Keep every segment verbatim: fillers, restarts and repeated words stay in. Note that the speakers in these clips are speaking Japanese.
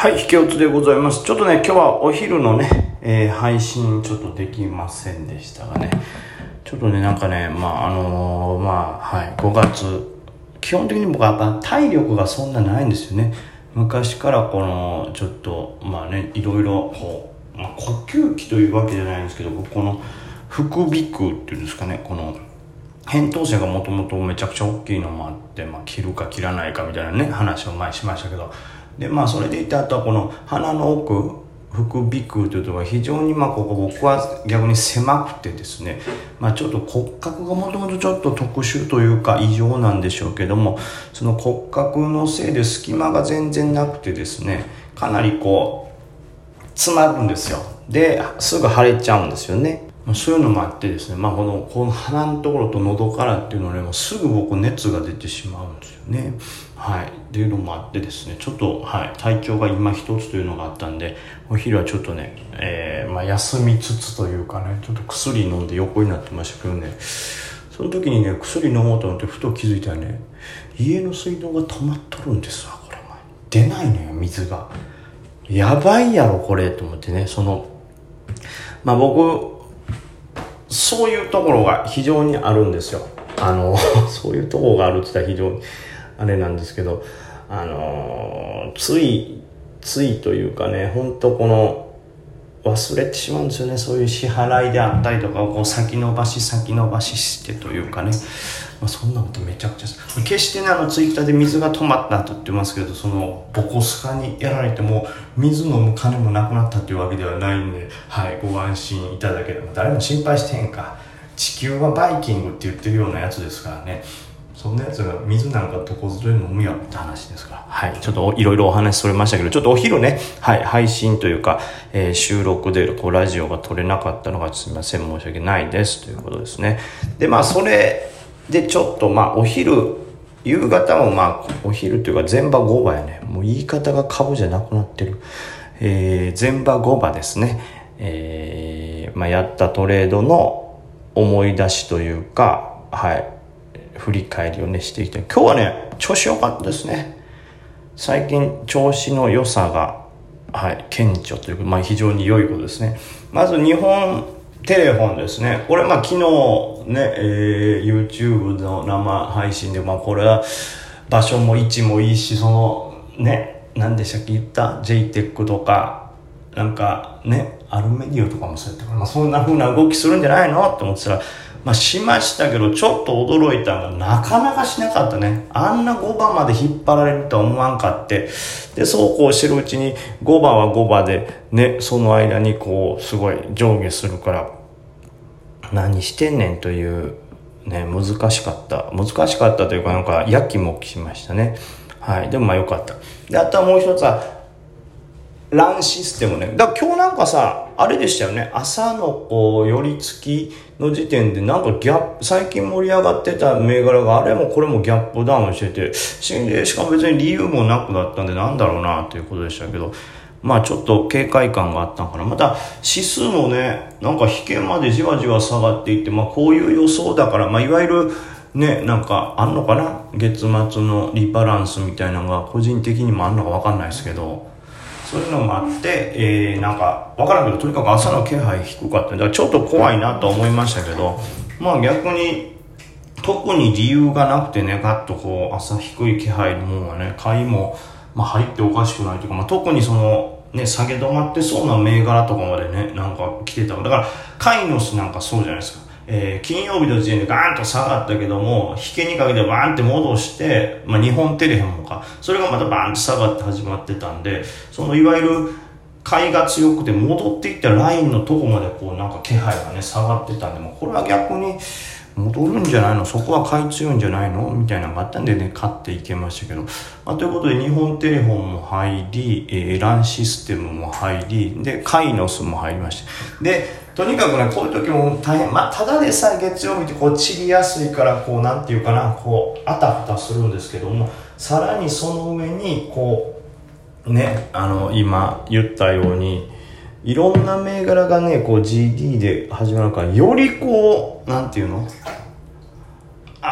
はい、引けおつでございます。ちょっとね、今日はお昼のね、えー、配信ちょっとできませんでしたがね、ちょっとね、なんかね、まああのー、まあはい、ごがつ、基本的に僕はやっぱ体力がそんなないんですよね。昔からこのちょっとまあね、いろいろこう、まあ、呼吸器というわけじゃないんですけど、僕この副鼻腔っていうんですかね、この扁桃腺がもともとめちゃくちゃ大きいのもあって、まあ、切るか切らないかみたいなね話を前しましたけど、でまあそれでいて、あとはこの鼻の奥副鼻腔というところが非常にまあここ僕は逆に狭くてですね、まあちょっと骨格がもともとちょっと特殊というか異常なんでしょうけども、その骨格のせいで隙間が全然なくてですね、かなりこう詰まるんですよ。ですぐ腫れちゃうんですよね。そういうのもあってですね、まあこのこの鼻のところと喉からっていうのはね、もうすぐ僕熱が出てしまうんですよね。はい、っていうのもあってですね、ちょっと、はい、体調が今一つというのがあったんで、お昼はちょっとね、えーまあ、休みつつというかね、ちょっと薬飲んで横になってましたけどね、その時にね薬飲もうと思ってふと気づいたらね、家の水道が止まっとるんですわ。これ出ないのよ、水が。やばいやろこれと思ってね、そのまあ僕そういうところが非常にあるんですよ。あのそういうところがあるって言ったら非常にあれなんですけど、あのついついというかね、本当この忘れてしまうんですよね。そういう支払いであったりとかをこう先延ばし先延ばししてというかね、まあ、そんなことめちゃくちゃ決してね、あのツイッターで水が止まったと言ってますけど、そのボコスカにやられても水飲む金もなくなったというわけではないんで、はい、ご安心いただければ。誰も心配してへんか、地球はバイキングって言ってるようなやつですからね。そんなやつが水なんかどこぞで飲むやろって話ですから。はい。ちょっといろいろお話それましたけど、ちょっとお昼ね、はい、配信というか、えー、収録でこうラジオが撮れなかったのがすみません、申し訳ないですということですね。で、まあそれでちょっとまあお昼、夕方もまあお昼というか前場後場やね。もう言い方が株じゃなくなってる。えー、前場後場ですね。えー、まあやったトレードの思い出しというか、はい。振り返りをねしていて、今日はね調子良かったですね。最近調子の良さが、はい、顕著というか、まあ、非常に良いことですね。まず日本テレフォンですね。これまあ昨日ね、えー、YouTube の生配信で、まあこれは場所も位置もいいし、そのね、何でしたっけ言った ジェイテック とかなんかね、アルメディオとかもそうやったから、まあ、そんな風な動きするんじゃないのって思ってたら、まあ、しましたけど、ちょっと驚いたのがなかなかしなかったね。あんなごばまで引っ張られるとは思わんかって、でそうこうしてるうちにごばはごばでね、その間にこうすごい上下するから、何してんねんというね、難しかった難しかったというか、なんかやきもきしましたね。はい。でもまあ良かった。で、あとはもう一つはランシステムね。だから今日なんかさ、あれでしたよね。朝のこう寄り付きの時点でなんかギャップ、最近盛り上がってた銘柄があれもこれもギャップダウンしてて、しかも別に理由もなくだったんで、なんだろうなということでしたけど、まあちょっと警戒感があったのかな。また指数もね、なんか引けまでじわじわ下がっていって、まあこういう予想だから、まあいわゆるね、なんかあんのかな、月末のリバランスみたいなのが個人的にもあんのか分かんないですけど、そういうのもあって、えー、なんか分からんけど、とにかく朝の気配低かった。だからちょっと怖いなと思いましたけど、まあ逆に特に理由がなくてね、ガッとこう朝低い気配のものがね、買いもまあ入っておかしくないというか、まあ特にそのね、下げ止まってそうな銘柄とかまでね、なんか来てた。だからカイノスなんかそうじゃないですか。えー、金曜日の時点でガーンと下がったけども、引けにかけてバーンって戻して、まあ日本テレフォンもか、それがまたバーンと下がって始まってたんで、そのいわゆる買いが強くて戻っていったラインのとこまでこうなんか気配がね下がってたんで、もうこれは逆に戻るんじゃないの、そこは買い強いんじゃないのみたいなのがあったんでね、買っていけましたけど、まあ、ということで日本テレフォンも入り、えー、ランシステムも入りでカイノスも入りました。でとにかくね、こういう時も大変、まあただでさえ月曜日ってこう散りやすいからこうなんていうかな、こうあたふたするんですけども、さらにその上にこうね、あの今言ったようにいろんな銘柄がねこう ジーディー で始まるから、よりこうなんていうの、あ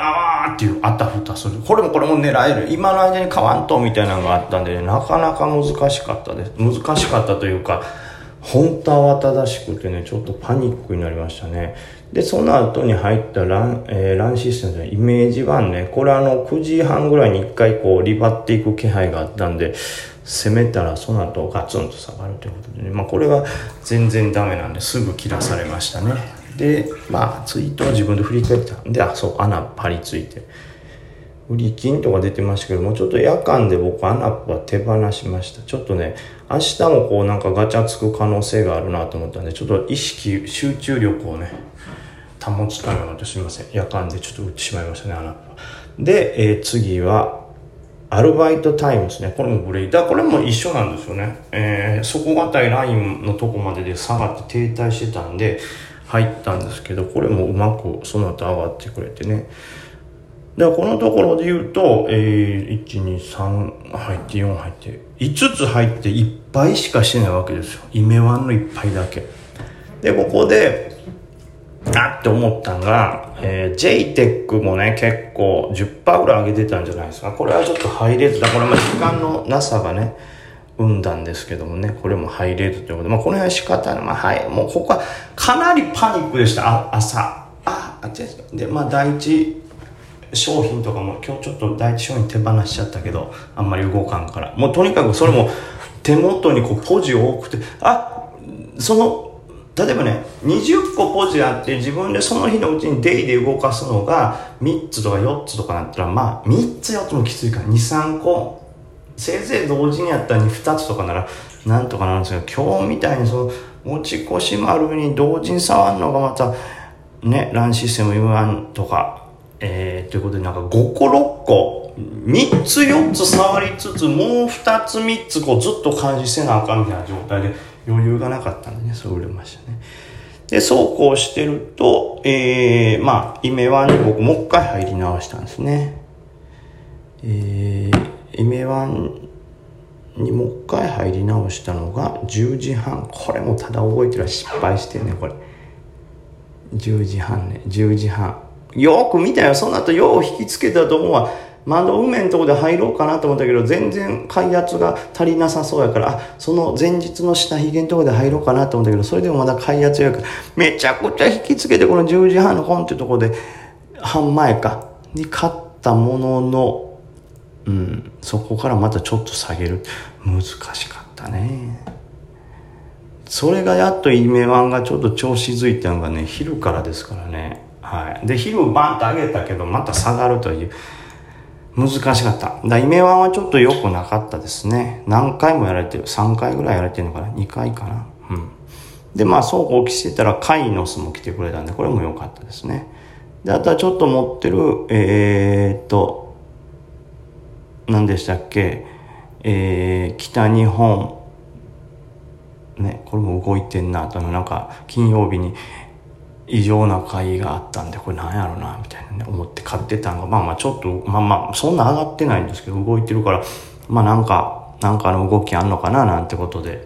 わーっていうあたふたする。これもこれも狙える。今の間に買わんとみたいなのがあったんで、ね、なかなか難しかったです。難しかったというか、本当は正しくてね、ちょっとパニックになりましたね。で、その後に入ったラン、えー、ランシステムでイメージワンね、これあのくじはんぐらいにいっかいこうリバっていく気配があったんで、攻めたらその後ガツンと下がるということでね、まあこれは全然ダメなんですぐ切らされましたね。で、まあツイートは自分で振り返ったんで、あ、そう穴張り付いて売り金とか出てましたけども、ちょっと夜間で僕アナップは手放しました。ちょっとね、明日もこうなんかガチャつく可能性があるなと思ったんで、ちょっと意識集中力をね保つためのすみません、夜間でちょっと売ってしまいましたね、アナップは。で、えー、次はアルバイトタイムですね。これもブレイダー、これも一緒なんですよね。えー、底堅いラインのとこまでで下がって停滞してたんで入ったんですけど、これもうまくその後上がってくれてね。でこのところで言うと、えー、いち、に、さん入ってよん入っていつつ入っていっぱいしかしてないわけですよ。イメワンのいっぱいだけで、ここであって思ったのが、えー、ジェイテック もね結構 じゅっパーセント ぐらい上げてたんじゃないですか。これはちょっと入れずだ、これまあ時間のなさがね生んだんですけどもね、これも入れずということで、まあこの辺は仕方ない。まあはい、もうここはかなりパニックでした。あ朝ああでまあ第一商品とかも今日ちょっと第一商品手放しちゃったけど、あんまり動かんから、もうとにかくそれも手元にこうポジ多くて、あその例えばねにじゅっこポジあって自分でその日のうちにデイで動かすのがみっつとかよっつとかなったら、まあみっつよっつもきついからに、さんこせいぜい同時にやったらふたつとかならなんとかなるんですけど、今日みたいにその持ち越し丸に同時に触るのがまたね、ランシステム エムワン とかえー、ということでなんかごころっこみっつよっつ触りつつもうふたつみっつこうずっと監視せなあかんみたいな状態で余裕がなかったんでね、それ売れましたね。でそうこうしてると、えー、まあイメワンに僕もう一回入り直したんですね。えー、イメワンにもう一回入り直したのがじゅうじはん。これもただ覚えてるら失敗してね、これじゅうじはんね、じゅうじはんよく見たよ。その後よう引きつけたと思うわ。窓埋めんとこで入ろうかなと思ったけど、全然開圧が足りなさそうやから、あ、その前日の下髭のとこで入ろうかなと思ったけど、それでもまだ開圧やから、めちゃくちゃ引きつけて、このじゅうじはんの本っていうとこで、半前か、に買ったものの、うん、そこからまたちょっと下げる。難しかったね。それがやっとイメワンがちょっと調子づいたのがね、昼からですからね。はい。で、昼バンと上げたけど、また下がるという。難しかった。だイメワンはちょっと良くなかったですね。何回もやられてる。さんかいぐらいやられてるのかな ?に 回かな。うん。で、まあ、そうこうきしてたら、カイノスも来てくれたんで、これも良かったですね。で、あとはちょっと持ってる、えー、っと、何でしたっけ、えー、北日本、ね、これも動いてんなと、なんか、金曜日に、異常な買いがあったんで、これなんやろなみたいなね思って買ってたのが、まあまあちょっとまあまあそんな上がってないんですけど動いてるから、まあなんかなんかの動きあんのかななんてことで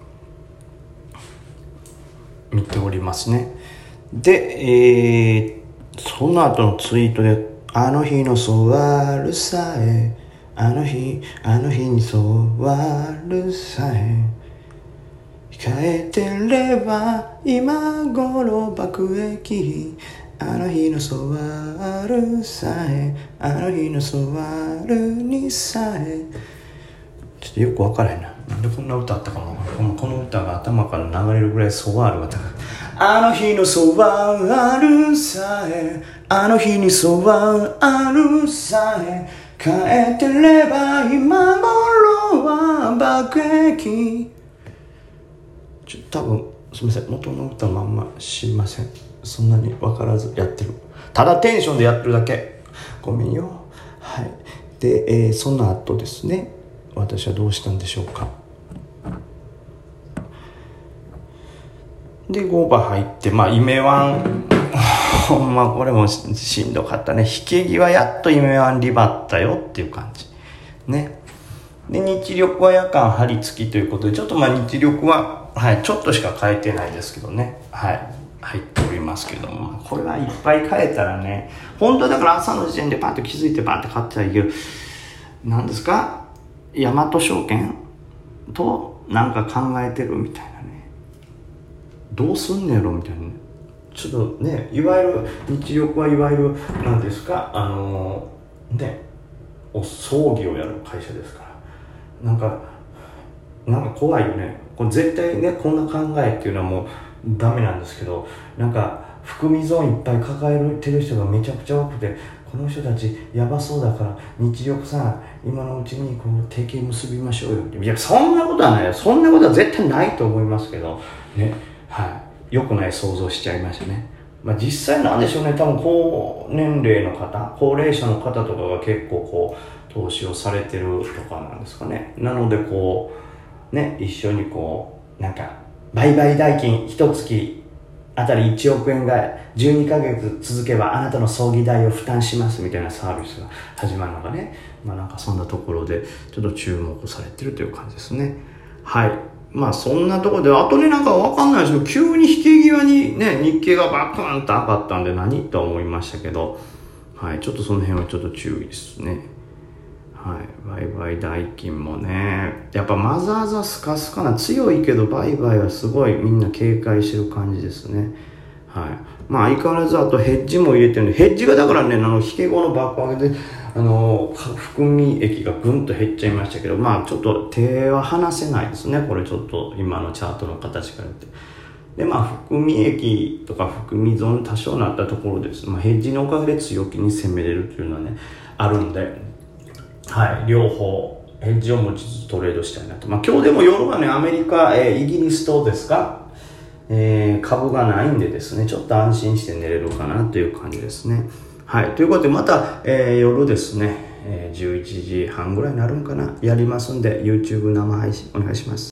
見ておりますね。で、えー、その後のツイートで、あの日のソワールさえ、あの日あの日にソワールさえ控えてれば今頃爆撃、あの日のソワールさえ、あの日のソワールにさえ、ちょっとよく分からへんな、なんでこんな歌あったかも。この歌が頭から流れるぐらいソワールが高い。あの日のソワールさえ、あの日にソワールさえ、帰ってれば今頃は爆撃。ちょ多分すみません、元の歌まんま知りません。そんなに分からずやってる、ただテンションでやってるだけ、ごめんよ。はい。で、えー、その後ですね、私はどうしたんでしょうか。でごば入って、まあイメワンほんまこれもしんどかったね。引け際やっとイメワンリバったよっていう感じね。で日力は夜間張り付きということで、ちょっとまあ日力ははい、ちょっとしか変えてないですけどね。はい。 入っておりますけども、これはいっぱい買えたらね、本当はだから朝の時点でパッと気づいてバーって買ってたらいいけど、何ですか、大和証券となんか考えてるみたいなね、どうすんねやろみたいなね、ちょっとね、いわゆる日力はいわゆる何ですか、あのー、ねお葬儀をやる会社ですから、なんかなんか怖いよね。これ絶対ね、こんな考えっていうのはもうダメなんですけど、なんか含み損いっぱい抱えてる人がめちゃくちゃ多くて、この人たちやばそうだから日力さん今のうちにこう提携結びましょうよって。いや、そんなことはないよ。そんなことは絶対ないと思いますけどね、はい、良くない想像しちゃいましたね。まあ、実際なんでしょうね、多分高年齢の方、高齢者の方とかが結構こう投資をされてるとかなんですかね。なのでこうね、一緒にこうなんか売買代金一月あたりいちおくえんがじゅうにかげつ続けばあなたの葬儀代を負担しますみたいなサービスが始まるのがね、まあなんかそんなところでちょっと注目されてるという感じですね。はい、まあそんなところで、あとね、なんかわかんないですけど、急に引け際にね、日経がバクンと上がったんで何と思いましたけど、はい、ちょっとその辺はちょっと注意ですね。はい、売買代金もね、やっぱマザーズはスカスカな、強いけど売買はすごいみんな警戒してる感じですね。はい、まあ相変わらずあとヘッジも入れてるんで、ヘッジがだからね、あの引け後の爆上げであの含み益がぐんと減っちゃいましたけど、まあちょっと手は離せないですね、これちょっと今のチャートの形から言って。でまあ含み益とか含み損多少なったところです、まあ、ヘッジのおかげで強気に攻めれるというのはねあるんで、はい、両方ヘッジを持ちつつトレードしたいなと。まあ今日でも夜はね、アメリカ、えー、イギリスとですか、えー、株がないんでですね、ちょっと安心して寝れるかなという感じですね。はい、ということでまた、えー、夜ですね、えー、じゅういちじはんぐらいになるんかな、やりますんで YouTube 生配信お願いします。